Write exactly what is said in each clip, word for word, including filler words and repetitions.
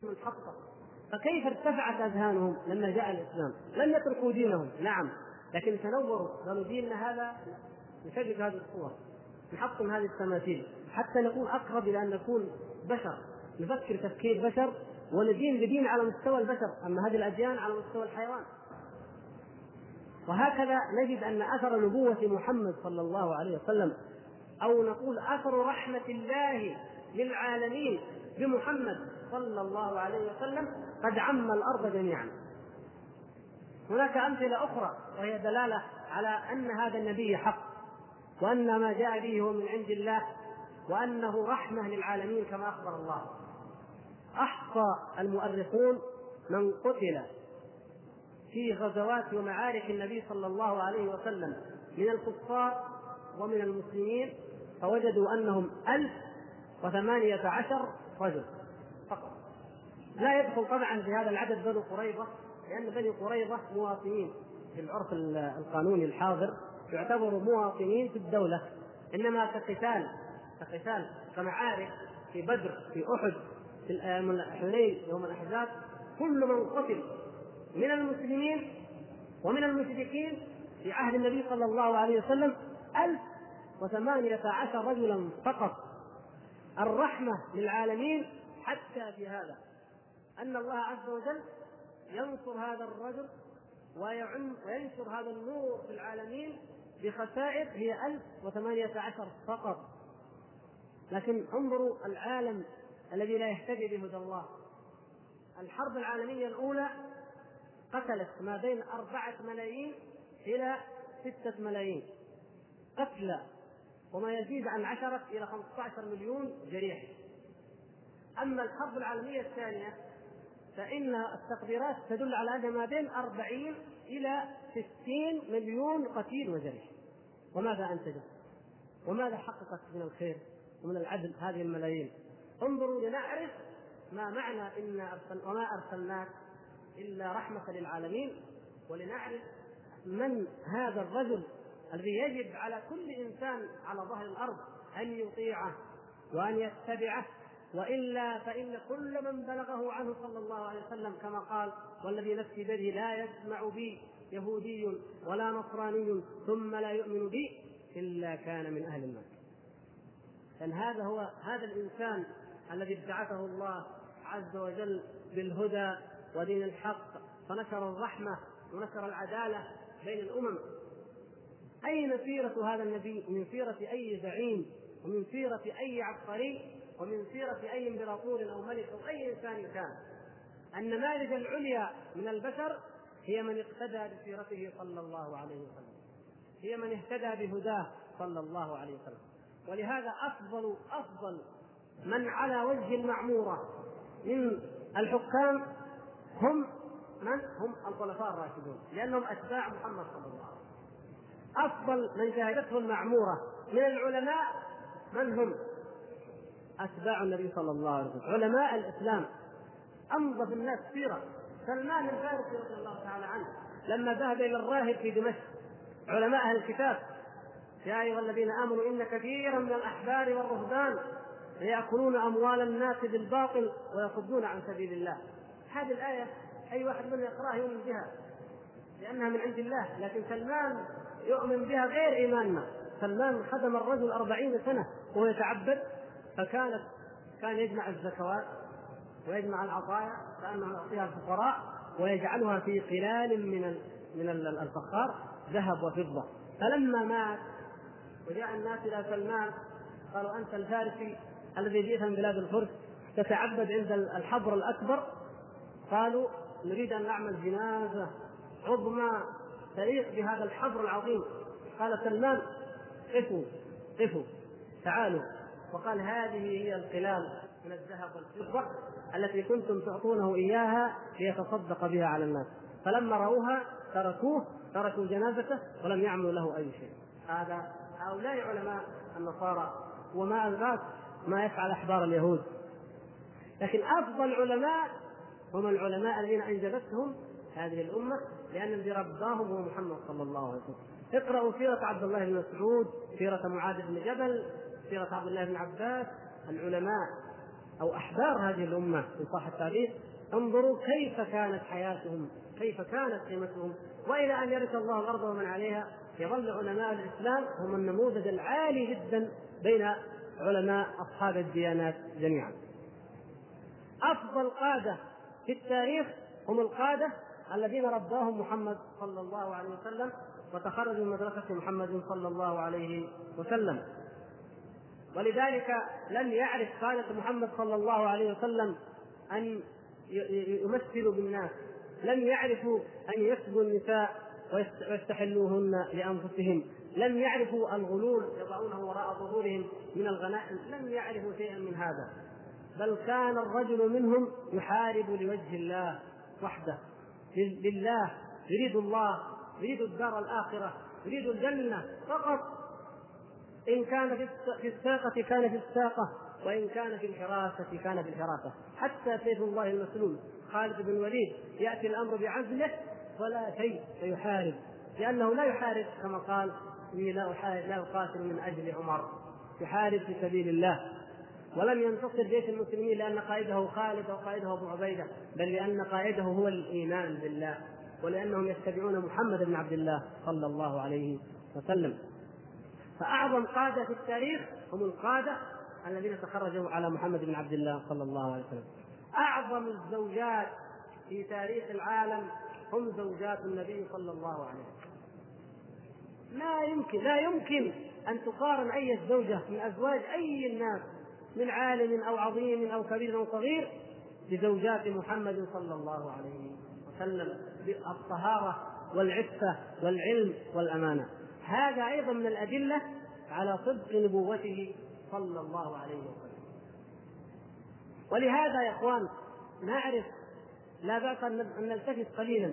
منحطة. فكيف ارتفعت أذهانهم لما جاء الإسلام؟ لم يتركوا دينهم، نعم، لكن تنوروا، قالوا ديننا هذا نشجع هذه الصور، نحطم هذه التماثيل حتى نكون أقرب إلى أن نكون بشر، نفكر تفكير بشر وندين بدين على مستوى البشر، أما هذه الأديان على مستوى الحيوان. وهكذا نجد أن أثر نبوة محمد صلى الله عليه وسلم، أو نقول أثر رحمة الله للعالمين بمحمد صلى الله عليه وسلم قد عم الأرض جميعا. هناك أمثلة أخرى وهي دلالة على أن هذا النبي حق، وأن ما جاء به هو من عند الله، وأنه رحمة للعالمين كما أخبر الله. أحصى المؤرخون من قتل في غزوات ومعارك النبي صلى الله عليه وسلم من الكفار ومن المسلمين، فوجدوا أنهم ألف وثمانية عشر رجل فقط. لا يدخل طبعا في هذا العدد بنو قريظة، لأن بني قريظة مواطنين في العرف القانوني الحاضر، يعتبروا مواطنين في الدولة، إنما كقتال كقتال كمعارك في بدر في أحد في حنين يوم الأحزاب، كل من قتل من المسلمين ومن المشركين في عهد النبي صلى الله عليه وسلم ألف وثمانية عشر رجلا فقط. الرحمة للعالمين حتى في هذا أن الله عز وجل ينصر هذا الرجل ويعم وينشر هذا النور في العالمين بخسائر هي ألف وثمانية عشر فقط. لكن انظروا العالم الذي لا يهتدي بهدى الله. الحرب العالمية الأولى قتلت ما بين أربعة ملايين إلى ستة ملايين قتلى، وما يزيد عن عشرة إلى خمسة عشر مليون جريح. أما الحرب العالمية الثانية فإن التقديرات تدل على أن ما بين أربعين إلى ستين مليون قتيل وجريح. وماذا أنتجت؟ وماذا حققت من الخير ومن العدل هذه الملايين؟ انظروا لنعرف ما معنى إن أرسل وما أرسلناك إلا رحمة للعالمين، ولنعرف من هذا الرجل الذي يجب على كل إنسان على ظهر الأرض أن يطيعه وأن يتبعه، وإلا فإن كل من بلغه عنه صلى الله عليه وسلم كما قال والذي نفسي بيده لا يسمع بي يهودي ولا نصراني ثم لا يؤمن بي إلا كان من أهل النار. لأن هذا هو هذا الإنسان الذي ابتعثه الله عز وجل بالهدى ودين الحق، فنشر الرحمة ونشر العدالة بين الأمم. أين سيرة هذا النبي؟ من سيرة أي زعيم، ومن سيرة أي عبقري، ومن سيرة أي امبراطور أو ملك أو أي إنسان كان. النماذج العليا من البشر هي من اقتدى بسيرته صلى الله عليه وسلم، هي من اهتدى بهداه صلى الله عليه وسلم. ولهذا أفضل أفضل من على وجه المعمورة من الحكام هم من هم الخلفاء الراشدون، لأنهم أتباع محمد صلى الله عليه وسلم. أفضل من شاهدته المعمورة من العلماء من هم؟ أتباع النبي صلى الله عليه وسلم، علماء الإسلام، أنظف الناس سيرة. سلمان الفارسي رضي الله تعالى عنه لما ذهب إلى الراهب في دمشق علماء أهل الكتاب: يا أيها الذين آمنوا إن كثيرا من الأحبار والرهبان يأكلون أموال الناس بالباطل ويصدون عن سبيل الله. هذه الآية أي واحد منا يقرأها يؤمن بها لأنها من عند الله، لكن سلمان يؤمن بها غير إيماننا. سلمان خدم الرجل أربعين سنة وهو يتعبد، فكانت كان يجمع الزكوات ويجمع العطايا كأنه يعطيها الفقراء ويجعلها في قلال من من الفخار ذهب وفضة. فلما مات وجاء الناس إلى سلمان قالوا: أنت الفارسي الذي جئت من بلاد الفرس تتعبد عند الحبر الأكبر. قالوا: نريد أن نعمل جنازة عظمى تليق بهذا الحبر العظيم. قال سلمان: قفوا قفوا تعالوا. وقال: هذه هي القلال من الذهب والفضة التي كنتم تعطونه إياها ليتصدق بها على الناس. فلما رأوها تركوه تركوا جنازته ولم يعملوا له أي شيء. هذا هؤلاء علماء النصارى وما أدراك ما يفعل أحبار اليهود. لكن أفضل علماء هم العلماء الذين أنجبتهم هذه الأمة، لأن الذي رباهم هو محمد صلى الله عليه وسلم. اقرأوا سيرة عبد الله بن مسعود، سيرة معاذ بن جبل، سيرة عبد الله بن عباس. العلماء أو أحبار هذه الأمة إن صح التعبير، انظروا كيف كانت حياتهم، كيف كانت قيمتهم، وإلى أن يرث الله الأرض ومن عليها يظل علماء الإسلام هم النموذج العالي جدا بين علماء أصحاب الديانات جميعا. أفضل قادة في التاريخ هم القادة الذين رباهم محمد صلى الله عليه وسلم وتخرجوا من مدرسة محمد صلى الله عليه وسلم. ولذلك لم يعرف قادة محمد صلى الله عليه وسلم أن يمثلوا بالناس، لم يعرفوا أن يسبوا النساء ويستحلوهن لأنفسهم، لم يعرفوا الغلول يضعونه وراء ظهورهم من الغنائم، لم يعرفوا شيئا من هذا، بل كان الرجل منهم يحارب لوجه الله وحده، لله، يريد الله، يريد الدار الآخرة، يريد الجنة فقط. إن كان في الساقة كان في الساقة، وإن كان في الحراسة كان في الحراسة. حتى سيف الله المسلول خالد بن الوليد يأتي الأمر بعزله ولا شيء سيحارب، لأنه لا يحارب كما قال إني لا أحارب لا أقاتل من أجل عمر، يحارب في سبيل الله. ولم ينتصر جيش المسلمين لأن قائده خالد وقائده أبو عبيدة، بل لأن قائده هو الإيمان بالله، ولأنهم يتبعون محمد بن عبد الله صلى الله عليه وسلم. فأعظم قادة في التاريخ هم القادة الذين تخرجوا على محمد بن عبد الله صلى الله عليه وسلم. أعظم الزوجات في تاريخ العالم هم زوجات النبي صلى الله عليه وسلم. لا يمكن لا يمكن أن تقارن أي زوجة من أزواج أي الناس من عالم أو عظيم أو كبير أو صغير بزوجات محمد صلى الله عليه وسلم بالطهارة والعفة والعلم والأمانة. هذا أيضا من الأدلة على صدق نبوته صلى الله عليه وسلم. ولهذا يا إخوان نعرف لا بأس أن نلتفت قليلا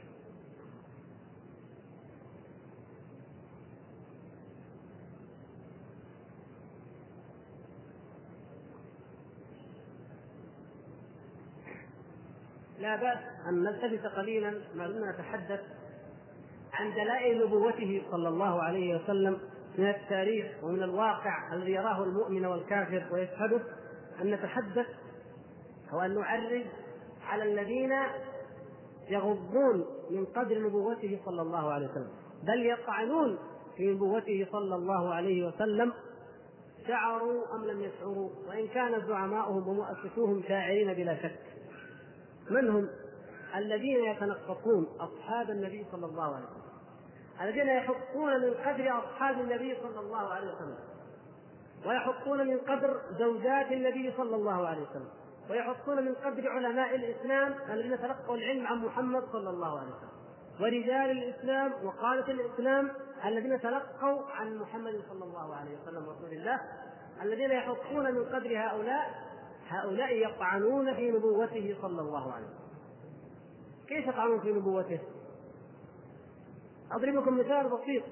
لا بأس أن نلتفت قليلا ما دمنا نتحدث عن دلائل نبوته صلى الله عليه وسلم من التاريخ ومن الواقع الذي يراه المؤمن والكافر ويشهده، أن نتحدث وأن نعرج على الذين يغضون من قدر نبوته صلى الله عليه وسلم، بل يطعنون في نبوته صلى الله عليه وسلم شعروا أم لم يشعروا، وإن كان زعماؤهم ومؤسسوهم شاعرين بلا شك. من هم الذين يتنقصون أصحاب النبي صلى الله عليه وسلم، الذين يحطون من قدر أصحاب النبي صلى الله عليه وسلم، ويحطون من قدر زوجات النبي صلى الله عليه وسلم، ويحطون من قدر علماء الإسلام الذين تلقوا العلم عن محمد صلى الله عليه وسلم، ورجال الإسلام وقادة الإسلام الذين تلقوا عن محمد صلى الله عليه وسلم رسول الله، الذين يحطون من قدر هؤلاء هؤلاء يطعنون في نبوته صلى الله عليه وسلم. كيف يطعنون في نبوته؟ أضرب لكم مثال بسيط.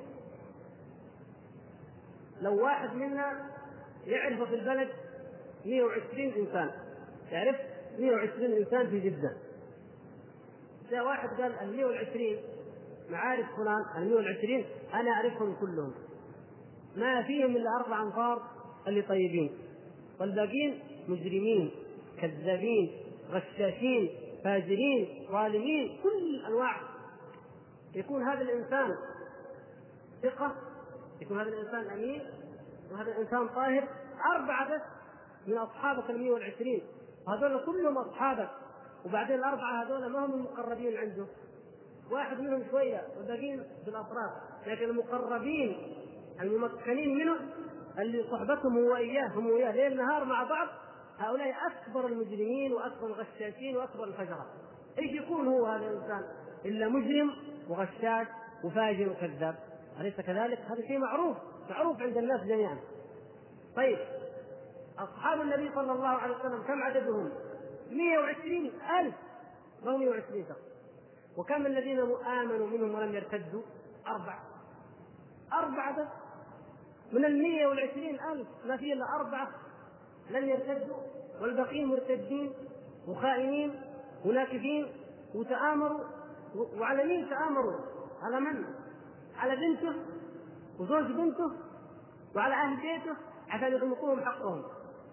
لو واحد منا يعرف في البلد مئة وعشرين إنسان، يعرف مئة وعشرين إنسان في جدة، جاء واحد قال المئة والعشرين معارف فلان، المئة والعشرين أنا أعرفهم كلهم، ما فيهم إلا أربع أنفار اللي طيبين، والباقين مجرمين كذابين غشاشين فاجرين ظالمين كل أنواع. يكون هذا الإنسان ثقة، يكون هذا الإنسان أمين، وهذا الإنسان طاهر. أربعة بس من أصحابك المئة والعشرين، وهذول كلهم أصحابك، وبعدين الأربعة هذول ما هم المقربين عنده، واحد منهم شوية والباقين في الأطراف، لكن المقربين الممكنين منه اللي صحبتهم هو إياه هم وياه ليل نهار مع بعض، هؤلاء أكبر المجرمين وأكبر الغشاشين وأكبر الفجرة. إيش يكون هو هذا الإنسان إلا مجرم وغشاش وفاجر وكذاب؟ أليس كذلك؟ هذا شيء معروف معروف عند الناس جميعا. طيب أصحاب النبي صلى الله عليه وسلم كم عددهم؟ مئة وعشرين ألف، ما هو مئة وعشرين شخص. وكم الذين آمنوا منهم ولم يرتدوا؟ أربعة أربعة بس من المئة والعشرين ألف، ما فيه إلا أربعة لم يرتدوا، والباقين مرتدين وخائنين وناكثين وتآمروا. وعلى مين تآمروا؟ على من؟ على بنته وزوج بنته وعلى أهل بيته عشان يغمقوهم حقهم.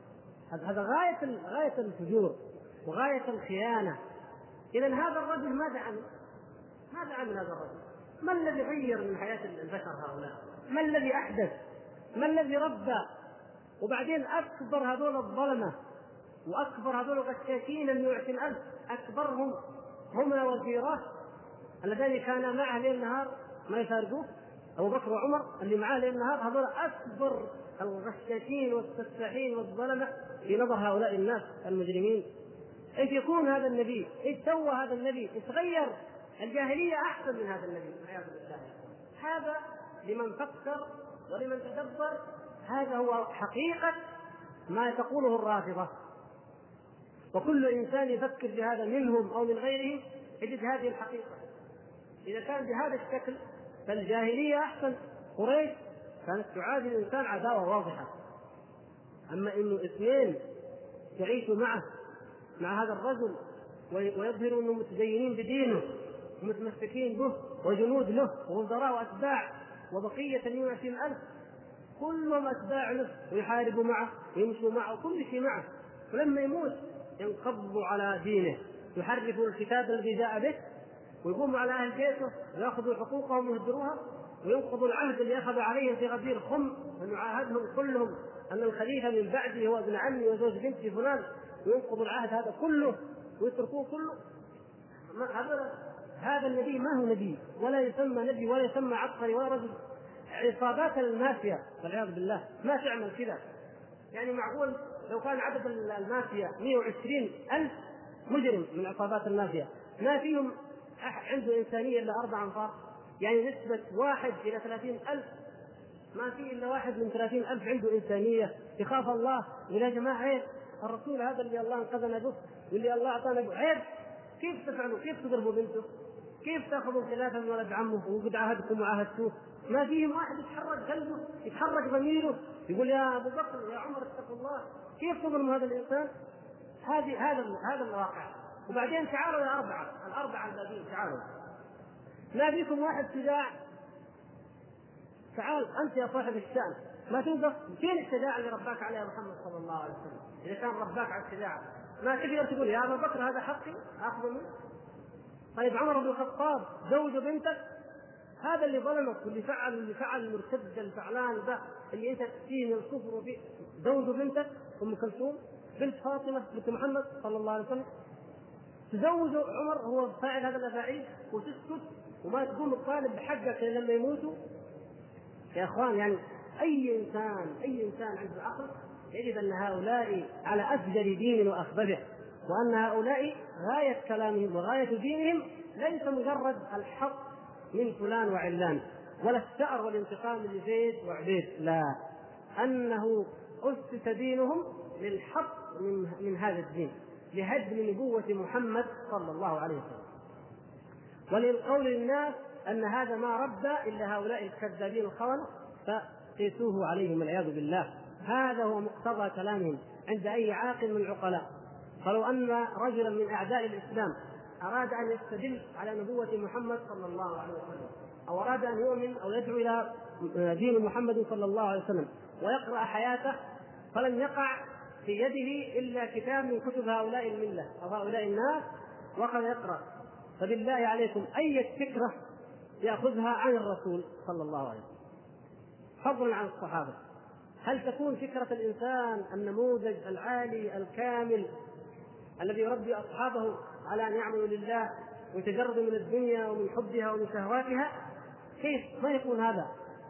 هذا غاية غاية الفجور وغاية الخيانة. إذا هذا الرجل ماذا عمل؟ ماذا عمل هذا الرجل؟ ما الذي غير من حياة البشر هؤلاء؟ ما الذي أحدث؟ ما الذي ربى؟ وبعدين أكبر هذول الظلمة وأكبر هذول الغشاشين المئة ألف، أكبرهم هم وزيراه اللذين كانا معه ليل نهار ما يفارقوه، أبو بكر وعمر اللي معاه ليل نهار، هذول أكبر الغشاشين والسفاحين والظلمة في نظر هؤلاء الناس المجرمين. إيش يكون هذا النبي؟ إيش سوى هذا النبي؟ إيش غير؟ الجاهلية أحسن من هذا النبي والعياذ بالله. هذا لمن فكر ولمن تدبر، هذا هو حقيقة ما تقوله الرافضة. وكل إنسان يفكر بهذا منهم أو من غيرهم يجد هذه الحقيقة. إذا كان بهذا الشكل فالجاهلية أحسن. قريش كانت تعادي الإنسان عداوة واضحة، أما إنه اثنين يعيشوا معه مع هذا الرجل ويظهروا أنهم متدينين بدينه ومتمسكين به وجنود له ووزراء وأتباع وبقية مئة وعشرين ألف كلهم أتباع له ويحاربوا معه ويمشوا معه وكل شيء معه، ولما يموت ينقضوا على دينه، يحرفوا الكتاب الذي جاء به ويقوموا على أهل بيته ويأخذوا حقوقهم ويهدروها وينقضوا العهد اللي أخذوا عليه في غدير خم، ونعاهدهم كلهم أن الخليفة من بعده هو ابن عمي وزوج بنتي فلان، وينقضوا العهد هذا كله ويتركوه كله. هذا هذا النبي ما هو نبي ولا يسمى نبي ولا يسمى عبقري ولا رجل. عصابات المافيا والعياذ بالله ما تعمل كذا. يعني معقول لو كان عدد المافيا مئة وعشرين ألف مجرم من عصابات المافيا ما فيهم عنده إنسانية إلا أربع أنفار، يعني نسبة واحد إلى ثلاثين ألف ما في إلا واحد من ثلاثين ألف عنده إنسانية يخاف الله. ويا جماعة عيب، الرسول هذا اللي الله انقذنا به واللي الله أعطانا به عيب، كيف تفعلوا؟ كيف تضربوا بنته؟ كيف تأخذوا خلافة من ولد عمه وقد عاهدكم وعاهدتوه؟ ما فيهم واحد يتحرك قلبه يتحرك ضميره يقول يا أبو بكر يا عمر اتقوا الله. كيف تظلموا هذا الإنسان؟ هذه هذا هذا الواقع. وبعدين تعالوا يا أربعة الأربعة الباقيين، تعالوا ما فيكم واحد شجاع؟ تعال أنت يا صاحب الشأن ما توقف. فين الشجاعة اللي رباك عليها محمد صلى الله عليه وسلم؟ إذا كان رباك على الشجاعة ما تقدر تقول يا أبو بكر هذا حقي أخذه منه. طيب عمر بن الخطاب زوج بنتك، هذا اللي ظلمك واللي فعل اللي فعل المرتد الفعلان ده اللي انت فيه من الكفر وفيه، زوج بنتك ام كلثوم بنت فاطمه بنت محمد صلى الله عليه وسلم، تزوج عمر هو فاعل هذا الافاعيل وتسكت وما تقوم الطالب بحقك لما يموتوا؟ يا اخوان يعني اي انسان اي انسان عنده عقل يجد ان هؤلاء على افجر دين واخبثه، وان هؤلاء غايه كلامهم وغايه دينهم ليس مجرد الحق من فلان وعلان ولا الثأر والانتقام لزيد وعبيد، لا، أنه أسس دينهم للحق من, من هذا الدين، لهدم نبوة محمد صلى الله عليه وسلم، وللقول للناس أن هذا ما ربى إلا هؤلاء الكذابين الخونة فقيسوه عليهم والعياذ بالله. هذا هو مقتضى كلامهم عند أي عاقل من العقلاء. فلو أن رجلا من أعداء الإسلام أراد أن يستدل على نبوة محمد صلى الله عليه وسلم أو أراد أن يؤمن أو يدعو إلى دين محمد صلى الله عليه وسلم ويقرأ حياته، فلن يقع في يده إلا كتاب من كتب هؤلاء الملة أو هؤلاء الناس وقد يقرأ. فبالله عليكم أي فكرة يأخذها عن الرسول صلى الله عليه وسلم فضلا عن الصحابة؟ هل تكون فكرة الإنسان النموذج العالي الكامل الذي يربي أصحابه على أن يعملوا لله ويتجردوا من الدنيا ومن حبها ومن شهواتها؟ كيف ما يكون هذا؟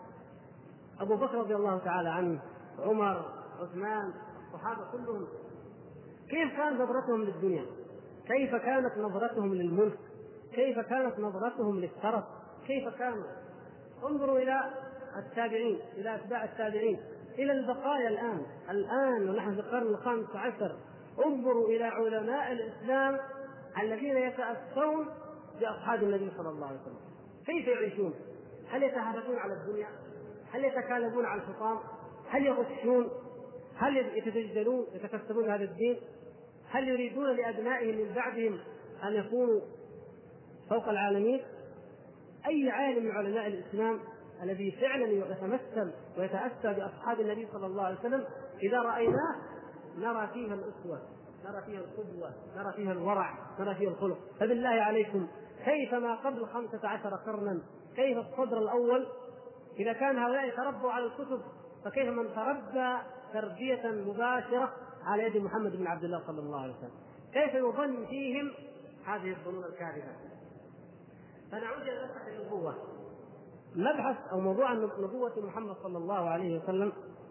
أبو بكر رضي الله تعالى عنه، عمر، عثمان، الصحابة كلهم كيف كانت نظرتهم للدنيا؟ كيف كانت نظرتهم للملك؟ كيف كانت نظرتهم للشرف؟ كيف كانوا؟ انظروا إلى التابعين، إلى أتباع التابعين، إلى البقايا الآن الآن ونحن في القرن الخامس عشر. انظروا إلى علماء الإسلام الذين يتأثرون بأصحاب النبي صلى الله عليه وسلم، كيف يعيشون؟ هل يتهافتون على الدنيا؟ هل يتكالبون على الحطام؟ هل يغشون؟ هل يتدجلون يتكسبون هذا الدين؟ هل يريدون لأبنائهم من بعدهم أن يكونوا فوق العالمين؟ أي عالم من علماء الإسلام الذي فعلا يتمثل ويتأسى بأصحاب النبي صلى الله عليه وسلم إذا رأيناه نرى فيها الأسوة، نرى فيها القدوة، نرى فيها الورع، نرى فيها الخلق. فبالله عليكم كيف ما قبل خمسة عشر قرنا، كيف الصدر الأول إذا كان هؤلاء تربوا على الكتب، فكيف من تربى تربية مباشرة على يد محمد بن عبد الله صلى الله عليه وسلم؟ كيف يظن فيهم هذه الظنون الكاذبة؟ فنعود إلى مبحث النبوة. مبحث أو موضوع نبوة محمد صلى الله عليه وسلم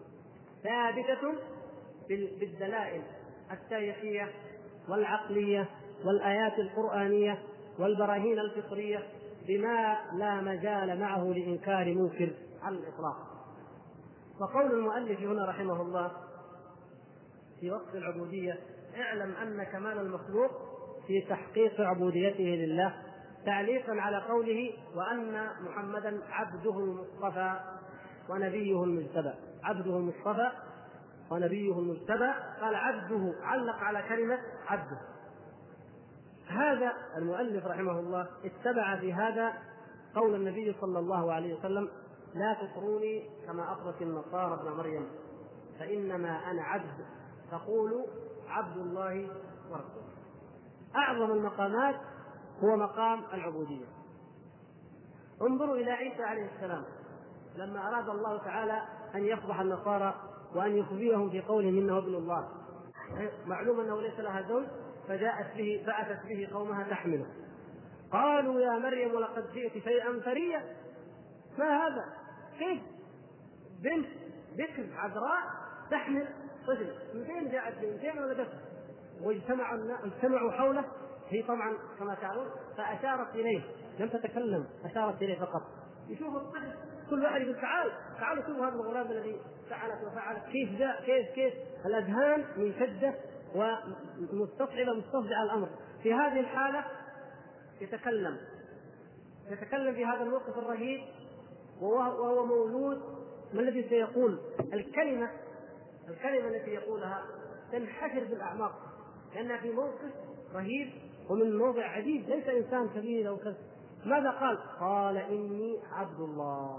ثابتة بالدلائل التاريخية والعقلية والآيات القرآنية والبراهين الفطرية بما لا مجال معه لإنكار منكر على الإطلاق. وقول المؤلف هنا رحمه الله في وصف العبودية: اعلم أن كمال المخلوق في تحقيق عبوديته لله، تعليقا على قوله: وأن محمدا عبده المصطفى ونبيه المجتبى. عبده المصطفى ونبيه المجتبى، قال عبده، علق على كلمة عبده. هذا المؤلف رحمه الله اتبع في هذا قول النبي صلى الله عليه وسلم: لا تطروني كما أطرت النصارى ابن مريم فإنما أنا عبد فقولوا عبد الله ورسوله. أعظم المقامات هو مقام العبودية. انظروا إلى عيسى عليه السلام لما أراد الله تعالى أن يفضح النصارى وأن يخزيهم في قولهم إنه ابن الله، معلوم أنه ليس لها زوج، فجاءت به فأتت به قومها تحمله، قالوا يا مريم لقد جئت شيئا فريا. ما هذا؟ كيف بنت بكر عذراء تحمل طفل؟ من فين جاءت؟ من فين ولدته؟ واجتمعوا اجتمعوا حوله، هي طبعا كما تعلمون فأشارت إليه، لم تتكلم، أشارت إليه فقط. يشوف الطفل كل واحد يقول تعال تعالوا شوفوا هذا الغلام الذي فعلت وفعلت، كيف جاء، كيف كيف الأذهان من شدة ومستصعبة مستصدع الأمر. في هذه الحالة يتكلم يتكلم في هذا الموقف الرهيب، وهو مولود. ما الذي سيقول؟ الكلمة الكلمة التي يقولها تنحشر بالأعماق، لأنها في موقف رهيب ومن موضع عجيب، ليس إنسان كبير أو كذا. ماذا قال؟ قال إني عبد الله.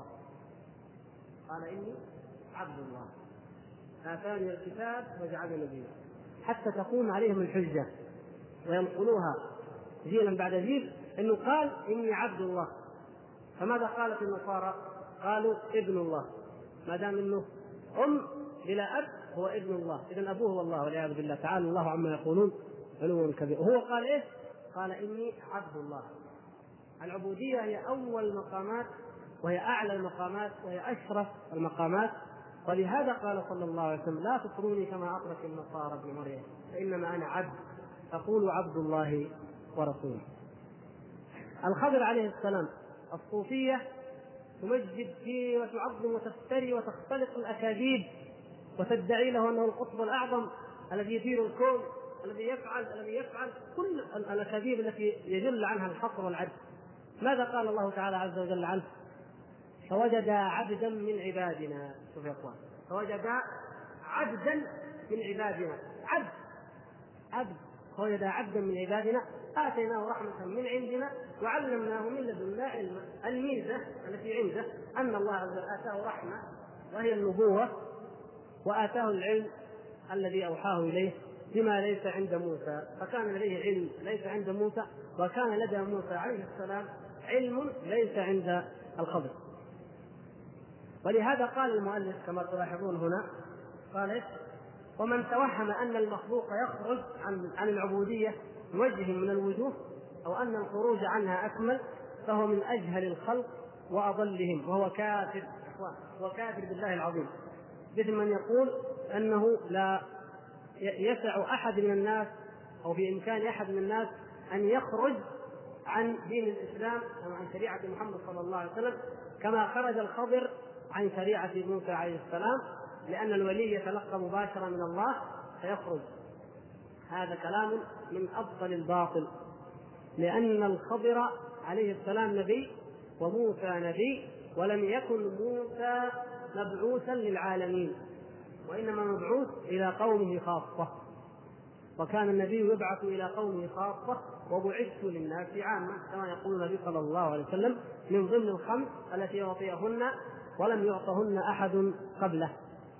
قال إني عبد الله آتاني الكتاب وجعلني نبيا، حتى تقوم عليهم الحجة وينقلوها جيلا بعد جيل إنه قال إني عبد الله. فماذا قالت النصارى؟ قالوا ابن الله، ما دام إنه أم بلا أب هو ابن الله، إذن أبوه هو الله والعياذ بالله، تعالى الله عما يقولون علوا كبير. وهو قال إيه؟ قال إني عبد الله. العبودية هي أول مقامات وهي أعلى المقامات وهي أشرف المقامات، ولهذا قال صلى الله عليه وسلم: لا تطروني كما أطرت النصارى ابن مريم فإنما أنا عبد فقولوا عبد الله ورسوله. الخضر عليه السلام الصوفية تمجد فيه وتعظم وتفتري وتختلق الأكاذيب وتدعي له أنه القطب الأعظم الذي يدير الكون، الذي يفعل الذي يفعل كل الأكاذيب التي يجل عنها الحصر والعجز. ماذا قال الله تعالى عز وجل عنه؟ فوجد عبدا من عبادنا. شوف يا اخوان، فوجد عبدا من عبادنا، عبد عبد فوجد عبدا من عبادنا آتيناه رحمة من عندنا وعلمناه من لدنا علما. الميزة التي عنده أن الله عز وجل آتاه رحمة وهي النبوة، وآتاه العلم الذي أوحاه إليه بما ليس عند موسى، فكان لديه علم ليس عند موسى، وكان لدى موسى عليه السلام علم ليس عند الخضر. ولهذا قال المؤلف كما تلاحظون هنا، قال: ومن توهم أن المخلوق يخرج عن, عن العبودية بوجه من الوجوه أو أن الخروج عنها أكمل فهو من أجهل الخلق وأضلهم، وهو كافر وهو كافر بالله العظيم، مثل من يقول أنه لا يسع أحد من الناس أو بإمكان أحد من الناس أن يخرج عن دين الإسلام أو عن شريعة محمد صلى الله عليه وسلم كما خرج الخضر عن شريعة موسى عليه السلام، لأن الولي يتلقى مباشرة من الله فيخرج. هذا كلام من أفضل الباطل، لأن الخضر عليه السلام نبي وموسى نبي، ولم يكن موسى مبعوثا للعالمين وإنما مبعوث إلى قومه خاصة، وكان النبي يبعث إلى قومه خاصة وبعثت للناس عامة كما يقول النبي صلى الله عليه وسلم من ضمن الخمس التي يعطيهن ولم يعطهن أحد قبله.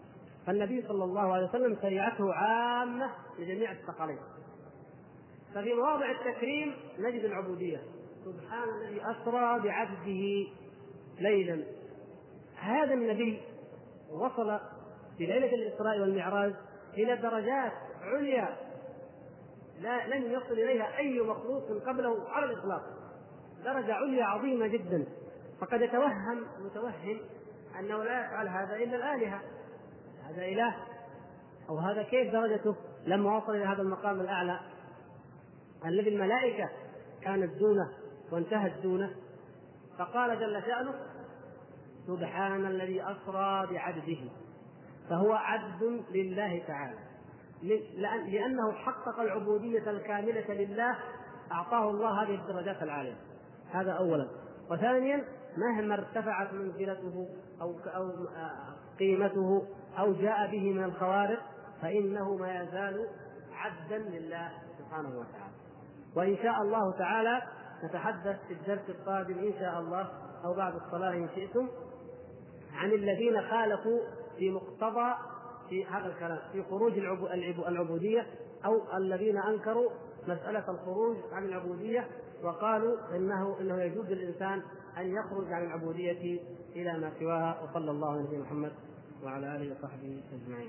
فالنبي صلى الله عليه وسلم شريعته عامة لجميع الثقلين. ففي مواضع التكريم نجد العبودية، سبحان الذي أسرى بعبده ليلا. هذا النبي وصل في ليلة الإسراء والمعراج إلى درجات عليا لا لن يصل إليها أي مخلوق قبله على الإطلاق، درجة عليا عظيمة جدا. فقد يتوهم متوهم أنه لا يفعل هذا إلا الآلهة، هذا إله أو هذا كيف درجته لما وصل إلى هذا المقام الأعلى الذي الملائكة كانت دونه وانتهت دونه. فقال جل شأنه سبحان الذي أسرى بعبده، فهو عبد لله تعالى لأنه حقق العبودية الكاملة لله، أعطاه الله هذه الدرجات العالية. هذا أولا. وثانيا مهما ارتفعت منزلته أو أو قيمته أو جاء به من الخوارق فإنه ما يزال عبدا لله سبحانه وتعالى. وإن شاء الله تعالى نتحدث في الدرس القادم إن شاء الله أو بعد الصلاة إن شئتم عن الذين خالفوا في مقتضى في هذا الكلام في خروج العبودية، أو الذين أنكروا مسألة الخروج عن العبودية وقالوا إنه إنه يجوز للإنسان أن يخرج عن العبودية إلى ما سواها. وصلى الله على نبينا محمد وعلى آله وصحبه أجمعين.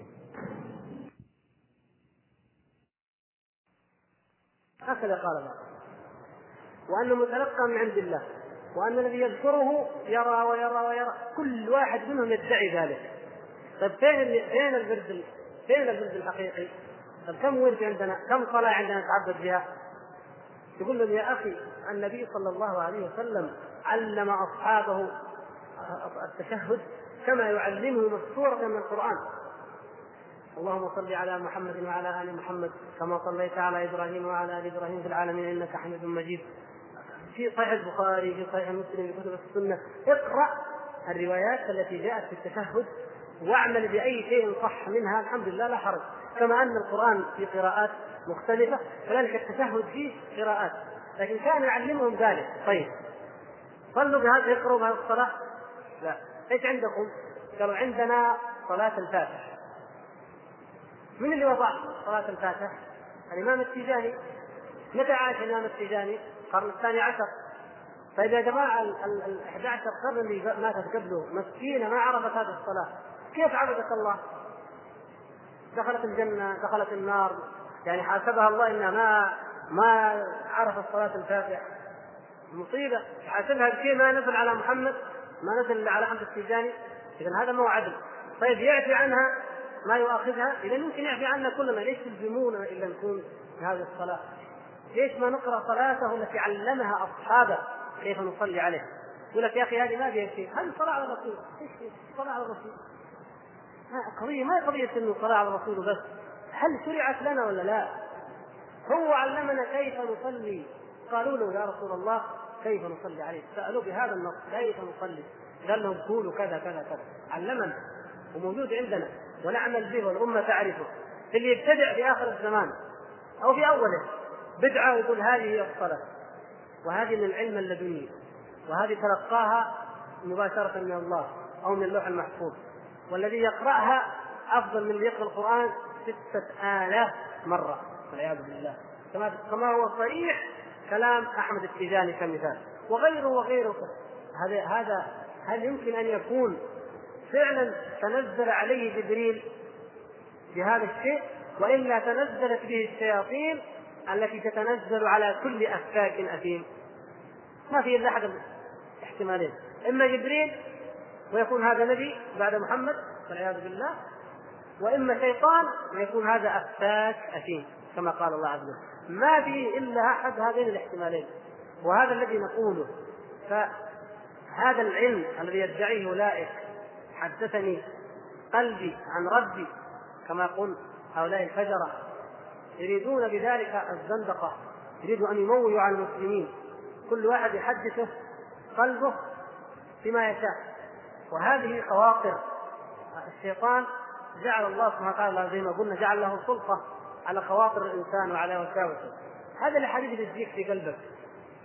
هكذا قال الله، وأنه متلقى من عند الله، وأن الذي يذكره يرى ويرى ويرى، كل واحد منهم يدعي ذلك. طيب فين فين البرد فين البرد الحقيقي؟ طيب كم ورد عندنا؟ كم صلاة عندنا نتعبد بها؟ يقول لهم يا أخي النبي صلى الله عليه وسلم علم أصحابه التشهد كما يعلمهم السورة من القرآن. اللهم صل على محمد وعلى آل محمد كما صليت على إبراهيم وعلى آل إبراهيم في العالمين إنك حميد مجيد. في صحيح البخاري في صحيح مسلم في كتب السنة. اقرأ الروايات التي جاءت في التشهد واعمل بأي شيء صح منها الحمد لله لا حرج. كما أن القرآن في قراءات مختلفة كذلك التشهد فيه قراءات، لكن كان يعلمهم ذلك. طيب صلوا بهذا يقرأوا بهذه الصلاة؟ لا. ايش عندكم؟ قالوا عندنا صلاة الفاتح. من اللي وضع صلاة الفاتح؟ الإمام التيجاني. متى عاش الإمام التيجاني؟ القرن الثاني عشر. طيب يا جماعة الأحد عشر قرن اللي ماتت قبله مسكينة ما عرفت هذه الصلاة، كيف عبدت الله؟ دخلت الجنة دخلت النار، يعني حاسبها الله إنها ما ما عرفت صلاة الفاتح. مصيبة، حاسبها بشيء ما نزل على محمد ما نزل على أحمد التيجاني. إذن هذا مو عدل. طيب يعفي عنها ما يؤاخذها؟ إذا يمكن يعفي عنا كلنا، ليش تلزمونا إلا نكون في هذه الصلاة؟ ليش ما نقرأ صلاته التي علمها أصحابه كيف نصلي عليه؟ يقول لك يا أخي هذه ما فيها شيء، هذه صلاة على الرسول. إيش صلاة على الرسول؟ قضية ما قضية إنه صلاة على الرسول بس، هل شرعت لنا ولا لا؟ هو علمنا كيف نصلي. قالوا له يا رسول الله كيف نصلي عليه؟ سألوا بهذا النص كيف نصلي؟ قال لهم قولوا كذا كذا كذا. علمنا وموجود عندنا ونعمل به والأمة تعرفه. اللي يبتدع في آخر الزمان أو في أوله بدعة ويقول هذه هي الصلاة، وهذه من العلم اللدني، وهذه تلقاها مباشرة من الله أو من اللوح المحفوظ، والذي يقرأها أفضل من اللي يقرأ القرآن ستة آلاف مرة والعياذ بالله، كما هو صحيح كلام أحمد التيجاني كمثال وغيره وغيره. هذا هذا هل يمكن أن يكون فعلا تنزل عليه جبريل بهذا الشيء، وإلا تنزلت به الشياطين التي تتنزل على كل أفاك أثيم؟ ما في إلا أحد احتمالين، إما جبريل ويكون هذا نبي بعد محمد والعياذ بالله، وإما شيطان ويكون هذا أفاك أثيم كما قال الله عز وجل. ما في إلا أحد هذين الاحتمالين، وهذا الذي نقوله. فهذا العلم الذي يدعيه أولئك حدثني قلبي عن ربي كما يقول هؤلاء الفجرة، يريدون بذلك الزندقة، يريدوا أن يموجوا على المسلمين، كل واحد يحدثه قلبه بما يشاء. وهذه خواطر الشيطان جعل الله سبحانه وتعالى زي ما قلنا جعل له سلطة على خواطر الإنسان وعلى وساوسه. هذا الحديث اللي يجيك في قلبك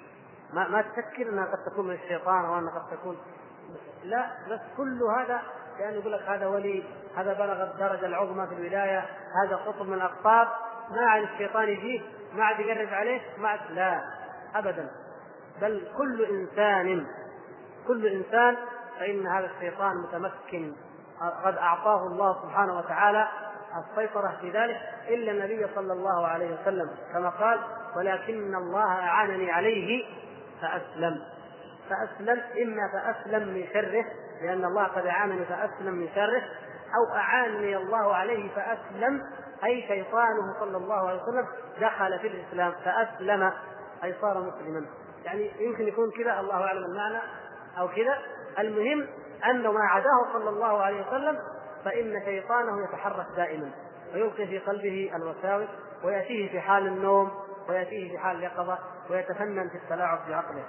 ما, ما تفكر أنها قد تكون من الشيطان أو أنها قد تكون لا، بس كل هذا لأنه يقول لك هذا ولي، هذا بلغ الدرجة العظمى في الولاية، هذا قطب من الأقطاب، ما عاد الشيطان يجيه، ما عاد يقرب عليه، ما عاد، لا أبدا، بل كل إنسان كل إنسان فإن هذا الشيطان متمكن، قد أعطاه الله سبحانه وتعالى السيطرة في ذلك، إلا النبي صلى الله عليه وسلم كما قال: ولكن الله أعانني عليه فأسلم. فأسلم، إما فأسلم من شره لأن الله قد أعانني فأسلم من شره، أو أعانني الله عليه فأسلم، أي شيطانه صلى الله عليه وسلم دخل في الإسلام فأسلم، أي صار مسلما. يعني يمكن يكون كذا، الله أعلم المعنى، أو كذا. المهم أنه ما عداه صلى الله عليه وسلم فإن شيطانه يتحرك دائما ويلقي في قلبه الوساوس، ويأتيه في حال النوم، ويأتيه في حال اليقظة، ويتفنن في التلاعب بعقله.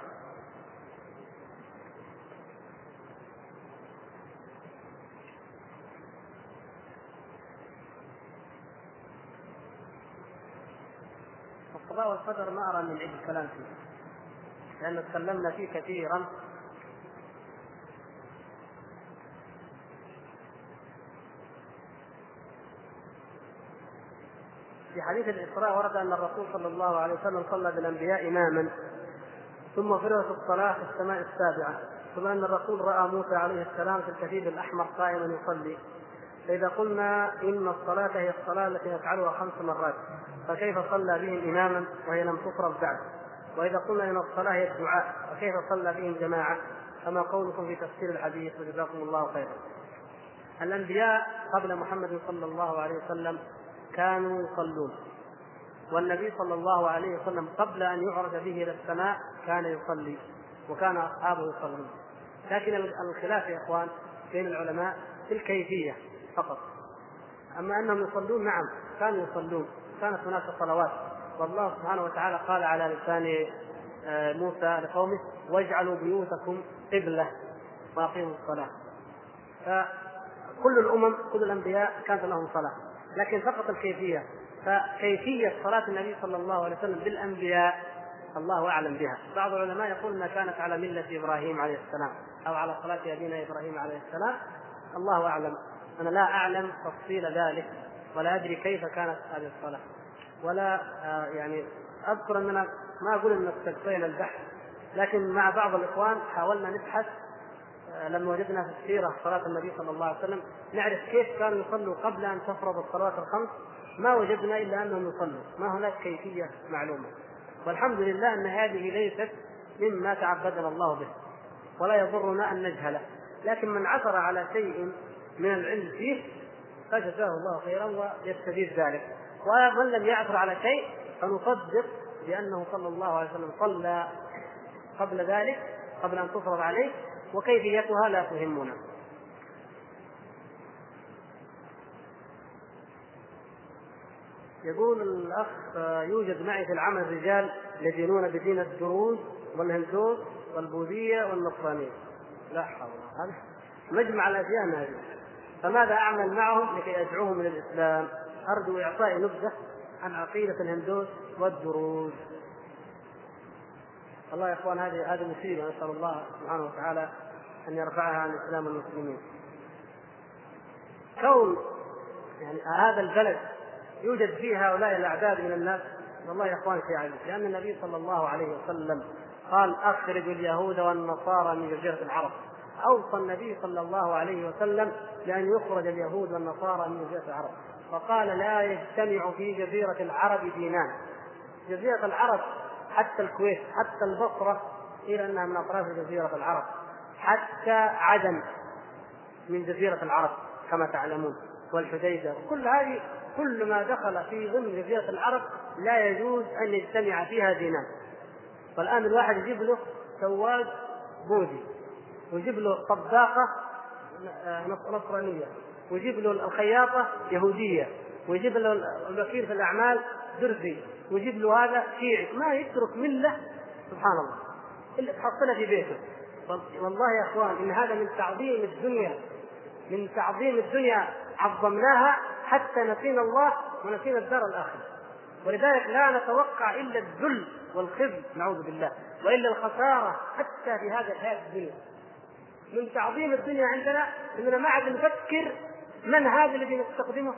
القضاء والقدر ما أرى من عيد الكلام فيه، لأنه تكلمنا فيه كثيرا. في حديث الإسراء ورد أن الرسول صلى الله عليه وسلم صلى بالأنبياء إماما، ثم فرغت الصلاة في السماء السابعة، ثم أن الرسول رأى موسى عليه السلام في الكثيب الأحمر قائما يصلي. فإذا قلنا إن الصلاة هي الصلاة التي نفعلها خمس مرات، فكيف صلى بهم إماما وهي لم تفرض بعد؟ وإذا قلنا إن الصلاة هي الدعاء، فكيف صلى بهم جماعة؟ فما قولكم في تفسير الحديث؟ وجزاكم الله خيرا. الأنبياء قبل محمد صلى الله عليه وسلم كانوا يصلون، والنبي صلى الله عليه وسلم قبل أن يعرج به إلى السماء كان يصلي، وكان أصحابه يصلون. لكن الخلاف يا إخوان بين العلماء في الكيفية فقط. أما أنهم يصلون، نعم كانوا يصلون، كانت هناك صلوات، والله سبحانه وتعالى قال على لسان موسى لقومه: واجعلوا بيوتكم قبلة وأقيموا الصلاة. فكل الأمم كل الأنبياء كانت لهم صلاة، لكن فقط الكيفية. فكيفية صلاة النبي صلى الله عليه وسلم بالأنبياء الله أعلم بها. بعض العلماء يقول أنها كانت على ملة إبراهيم عليه السلام، أو على صلاة أبينا إبراهيم عليه السلام، الله أعلم. أنا لا أعلم تفصيل ذلك، ولا أدري كيف كانت هذه الصلاة، ولا آه يعني أذكر أننا ما أقول أن استقصينا البحث، لكن مع بعض الإخوان حاولنا نبحث آه لما وجدنا في السيرة صلاة النبي صلى الله عليه وسلم نعرف كيف كانوا يصلوا قبل أن تفرض الصلوات الخمس، ما وجدنا إلا أنهم يصلوا، ما هناك كيفية معلومة. والحمد لله أن هذه ليست مما تعبدنا الله به، ولا يضرنا أن نجهله، لكن من عثر على شيء من العلم فيه فجزاه الله خيرا ويستفيد ذلك، ومن لم يعثر على شيء فنصدق بأنه صلى الله عليه وسلم صلى قبل ذلك، قبل أن تفرض عليه، وكيفيتها لا تهمنا. يقول الأخ: يوجد معي في العمل رجال يدينون بدين الدروز والهندوس والبوذية والنصرانية. لا حول، هذا مجمع الأديان هذه، فماذا أعمل معهم لكي أدعوهم إلى الإسلام؟ أرجو إعطاء نبذة عن عقيدة الهندوس والدروز. الله يا إخوان، هذه هذه مصيبة، نسأل الله سبحانه وتعالى أن يرفعها عن الإسلام والمسلمين. كون يعني هذا البلد يوجد فيه هؤلاء الأعداد من الناس، والله يا إخوان شيء عجيب، لأن النبي صلى الله عليه وسلم قال: أخرجوا اليهود والنصارى من جزيرة العرب. أوصى النبي صلى الله عليه وسلم بأن يخرج اليهود والنصارى من جزيرة العرب، وقال: لا يجتمع في جزيرة العرب دينان. جزيرة العرب حتى الكويت، حتى البصرة قيل أنها من أطراف جزيرة العرب، حتى عدن من جزيرة العرب كما تعلمون، والحديدة، كل هذه كل ما دخل في ضمن جزيرة العرب لا يجوز أن يجتمع فيها دينان. والآن الواحد يجيب له سواق بوذي، ويجيب له طباقة نصرانية، ويجيب له الخياطة يهودية، ويجيب له الوكيل في الأعمال درزي، ويجيب له هذا شيعي، ما يترك ملة سبحان الله إلا تحصلها في بيته. والله يا أخوان إن هذا من تعظيم الدنيا، من تعظيم الدنيا عظمناها حتى نسينا الله ونسينا الدار الآخرة. ولذلك لا نتوقع إلا الذل والخزي نعوذ بالله، وإلا الخسارة حتى في هذا الحياة الدنيا. من تعظيم الدنيا عندنا اننا ما عاد نفكر من هذا الذي نستخدمه.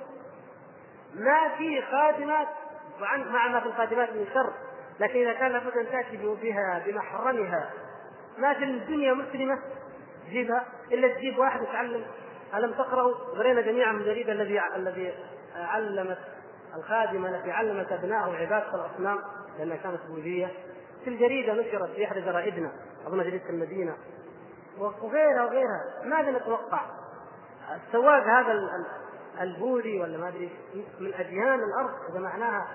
ما في خادمات مع ما في الخادمات من شر، لكن اذا كان لابد ان تاتي بها بمحرمها، ما في الدنيا مسلمه تجيبها الا تجيب واحد يتعلم. الم تقرأوا قرينا جميعا من الجريده الذي الذي علمت الخادمه التي علمت ابنائه عباده الاصنام لانها كانت بوذيه. في الجريده نشرت في احدى جرائدنا اظن جريده المدينه وغيرها وغيرها. ماذا نتوقع؟ السواق هذا البوذي ولا ما ادري من اديان الارض اذا معناها.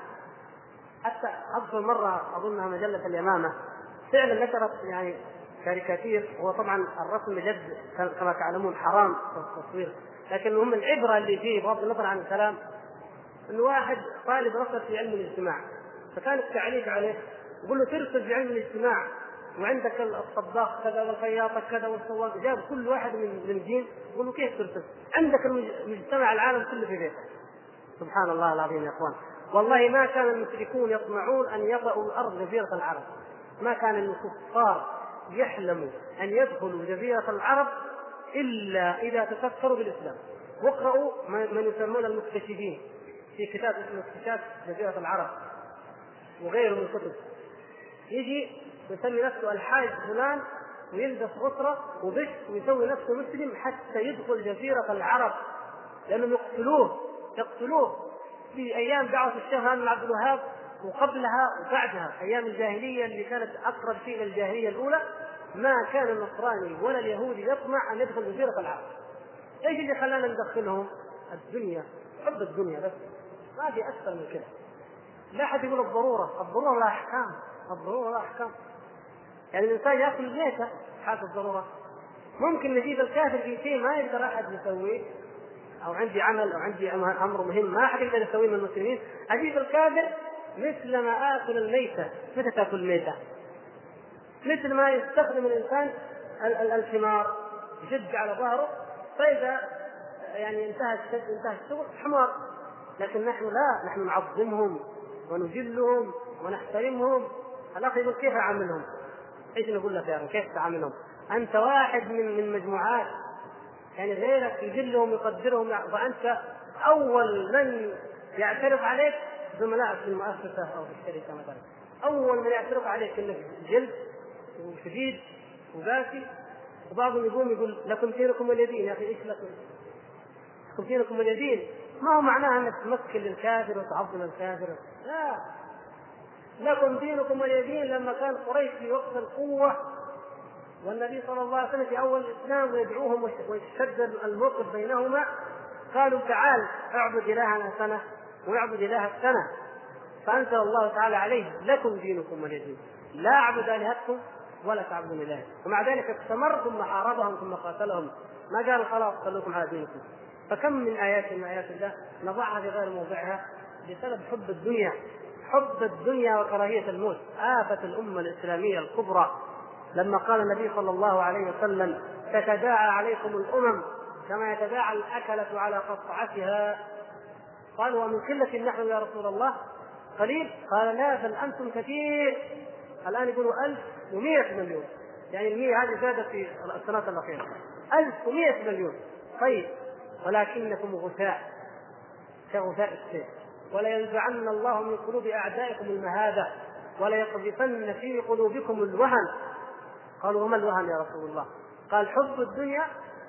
حتى اذكر مره اظنها مجله اليمامه فعلا نشرت يعني كاريكاتير، هو طبعا الرسم جد كما تعلمون حرام التصوير، لكن هم العبره اللي فيه بغض النظر عن الكلام انه واحد طالب رسم في علم الاجتماع، فكان التعليق عليه يقول له ترسل في علم الاجتماع وعندك الطباخ كذا والخياطه كذا والسواق، جاب كل واحد من من دين يقول له كيف ترسل؟ عندك المجتمع العالم كله في بيتك. سبحان الله العظيم يا اخوان، والله ما كان المشركون يطمعون ان يضعوا الارض جزيره العرب، ما كان الكفار يحلموا ان يدخلوا جزيره العرب الا اذا تفكروا بالاسلام. واقرأوا من يسمون المكتشفين في كتاب اسمه اكتشاف جزيره العرب وغيره من الكتب، يجي يسمي نفسه الحاج فلان ويلبس غطرة وبش ويسوي نفسه مسلم حتى يدخل جزيرة العرب، لأنهم يقتلوه يقتلوه في أيام دعوة الشيخ محمد بن عبد الوهاب وقبلها وبعدها أيام الجاهلية اللي كانت أقرب شيء إلى الجاهلية الأولى. ما كان النصراني ولا اليهودي يطمع أن يدخل جزيرة العرب. إيش اللي خلانا ندخلهم؟ الدنيا، حب الدنيا بس، ما في أكثر من كده. لا أحد يقول الضرورة، الضرورة لا أحكام، الضرورة لا أحكام. يعني الإنسان يأكل ميتة حالة الضرورة. ممكن نجيب الكافر في شيء ما يقدر أحد يسويه، أو عندي عمل أو عندي أمر مهم ما أحد يقدر يسويه من المسلمين، أجيب الكافر مثل ما آكل الميتة. متى تأكل الميتة؟ مثل ما يستخدم الإنسان الحمار يشد على ظهره، فإذا يعني انتهى انتهى الشغل حمار. لكن نحن لا، نحن نعظمهم ونجلهم ونحترمهم. الأخ يقول كيف أعاملهم؟ ايش نقول لك يا اخي كيف تعاملهم؟ انت واحد من من مجموعات، يعني غيرك يجلهم يقدرهم، وانت اول من يعترف عليك زملائك في المؤسسه او في الشركه مثلا، اول من يعترف عليك انك جلد وشديد وقاسي. وبعضهم يقوم يقول لكم دينكم ولي دين. يا اخي ايش لكم؟ لكم دينكم ولي دين ما هو معناه انك تمثل للكافر وتعظم الكافر، لا. لكم دينكم ولي دين لما كان قريش في وقت القوة والنبي صلى الله عليه وسلم في أول الإسلام ويدعوهم ويشتد الموقف بينهما، قالوا تعال اعبد إلهنا سنة ويعبد إله السنة، فأنزل الله تعالى عليه لكم دينكم ولي دين، لا أعبد آلهتكم ولا تعبدون إله. ومع ذلك استمر ثم حاربهم ثم قاتلهم، ما قال خلاص خلوكم على دينكم. فكم من آيات من آيات الله نضعها في غير موضعها بسبب حب الدنيا، حب الدنيا وكراهية الموت. آفة الأمة الإسلامية الكبرى لما قال النبي صلى الله عليه وسلم تتداعى عليكم الأمم كما يتداعى الأكلة على قطعتها. قالوا ومن قلة نحن يا رسول الله؟ قليل. قال لا بل أنتم كثير. الآن يقولوا ألف ومئة مليون، يعني المئة هذه زادت في السنوات الأخيرة، ألف ومئة مليون. طيب ولكنكم غثاء كغثاء السيل، ولا ينزعن الله من قلوب أعدائكم المهابة ولا يقذفن في قلوبكم الوهن. قالوا وما الوهن يا رسول الله؟ قال حب الدنيا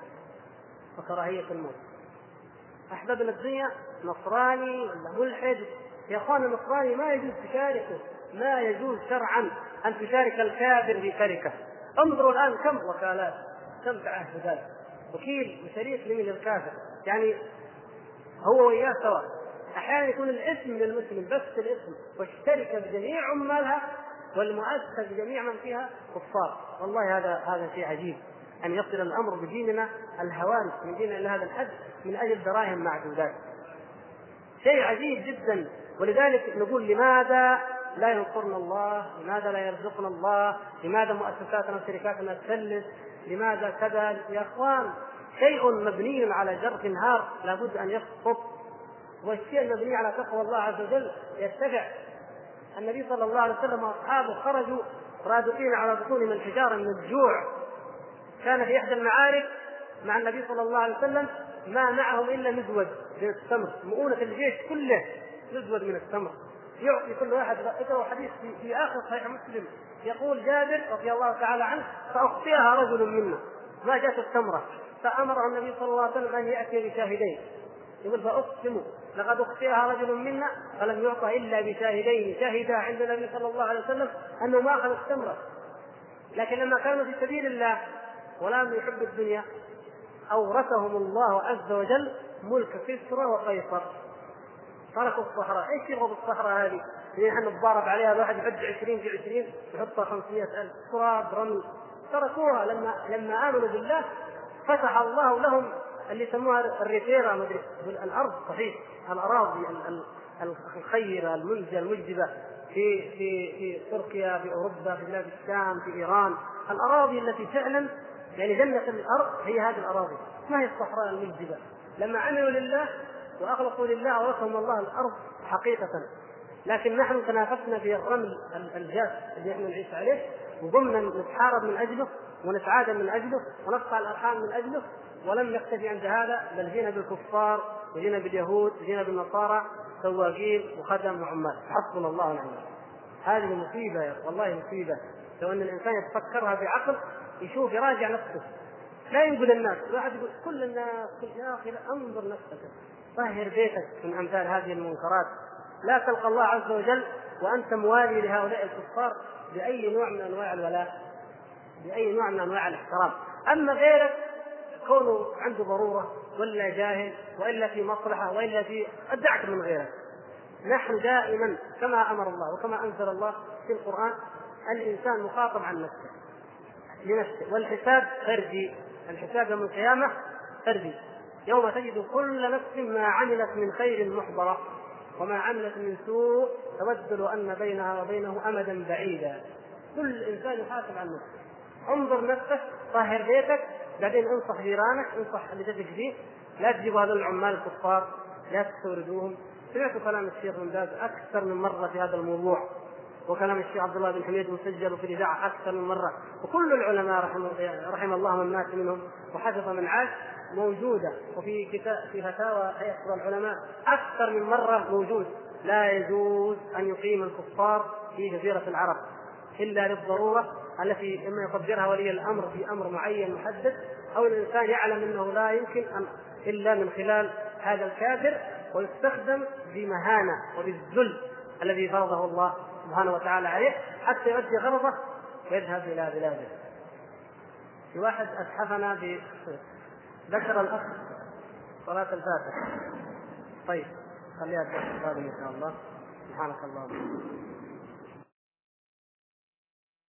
وكراهية الموت. أحببنا الدنيا، نصراني ولا ملحد يا أخوان، النصراني ما يجوز تشاركه، ما يجوز شرعا أن تشارك الكافر في شركة. انظروا الآن كم وكالات، كم تعهدات، وكيل وشريك لمن الكافر، يعني هو وياه سوا. أحيانا يكون الاسم للمسلم بس الاسم، والشركة بجميع عمالها والمؤسسة بجميع من فيها كفار. والله هذا هذا شيء عجيب أن يصل الأمر بديننا الهوان من ديننا إلى هذا الحد من أجل دراهم معدودات، شيء عجيب جدا. ولذلك نقول لماذا لا ينصرنا الله؟ لماذا لا يرزقنا الله؟ لماذا مؤسساتنا وشركاتنا تفلس؟ لماذا كذا يا أخوان؟ شيء مبني على جرف نهار لابد أن يسقط، والشيء المبني على تقوى الله عز وجل يرتفع. النبي صلى الله عليه وسلم وأصحابه خرجوا رادقين على بطونهم الحجارة من الجوع، كان في إحدى المعارك مع النبي صلى الله عليه وسلم ما معهم إلا مزود من التمر، مؤونة الجيش كله مزود من التمر، يعطي كل واحد. ذكروا حديث في, في آخر صحيح مسلم يقول جابر رضي الله تعالى عنه: فأخطئها رجل منا، ما جاءت التمرة، فأمره النبي صلى الله عليه وسلم أن يأتي بشاهدين. يقول: فأقسم لقد أخطئها رجل منا فلم يعطى إلا بشاهدين شاهدا عند النبي صلى الله عليه وسلم أنه ما أخذ التمرة. لكن لما كانوا في سبيل الله ولم يحبوا الدنيا أورثهم الله عز وجل ملك كسرى وقيصر، تركوا الصحراء. ايش يبغوا بالصحراء هذه اللي نحن نتضارب عليها؟ الواحد يحط عشرين في عشرين يحطها خمسمائة ألف تراب رمل. تركوها لما لما آمنوا بالله فتح الله لهم اللي يسموها الريفيرا، مدري الأرض، صحيح الأراضي الخيرة المنجة المجدبة في في في تركيا، في أوروبا، في بلاد الشام، في إيران، الأراضي التي فعلا يعني جنة الأرض هي هذه الأراضي، ما هي الصحراء المجدبة. لما عملوا لله وأخلصوا لله أورثهم الله الأرض حقيقة. لكن نحن تنافسنا في الرمل الجاف اللي نحن نعيش عليه، وقمنا نتحارب من أجله ونتعادل من أجله ونقطع الأرحام من أجله، ولم نكتفي عند هذا بل جينا بالكفار وجينا باليهود وجينا بالنصارى سواقين وخدم وعمال. حسبنا الله ونعم الوكيل. هذه مصيبة والله مصيبة. لو أن الإنسان يتفكرها بعقل يشوف يراجع نفسه، لا ينقل الناس. واحد يقول كل الناس كل يا أخي انظر نفسك، طهر بيتك من أمثال هذه المنكرات. لا تلقى الله عز وجل وأنت موالي لهؤلاء الكفار بأي نوع من أنواع الولاء، بأي نوع من أنواع الاحترام. أما غيرك كونه عنده ضرورة ولا جاهل وإلا في مصلحة وإلا في أدعك من غيرك. نحن دائما كما أمر الله وكما أنزل الله في القرآن الإنسان مخاطب عن نفسه لنفسه، والحساب فردي. الحساب يوم القيامة فردي، يوم تجد كل نفس ما عملت من خير محضرة وما عملت من سوء تود لو أن بينها وبينه أمدا بعيدا. كل إنسان يحاسب عن نفسه. انظر نفسك، طهر بيتك، بعدين انصح جيرانك، انصح اللي تدق فيه. لا تجيبوا هذول العمال الكفار، لا تستوردوهم. سمعت كلام الشيخ بن باز أكثر من مرة في هذا الموضوع، وكلام الشيخ عبد الله بن حميد مسجل في الإذاعة أكثر من مرة، وكل العلماء رحمه, رحم الله من مات منهم وحدث من عاش موجودة، وفي كتاب في فتاوى هيئة العلماء أكثر من مرة موجود. لا يجوز أن يقيم الكفار في جزيرة العرب إلا للضرورة التي إما يقدرها ولي الأمر في أمر معين محدد، أو الإنسان يعلم أنه لا يمكن أن إلا من خلال هذا الكافر، ويستخدم بمهانة وبالذل الذي فرضه الله سبحانه وتعالى عليه حتى يؤدي غرضه ويذهب إلى بلاده. في واحد أتحفنا بذكر الأخ صلاة الفاتحة. طيب خليها الدرس القادم إن شاء الله. سبحانك اللهم.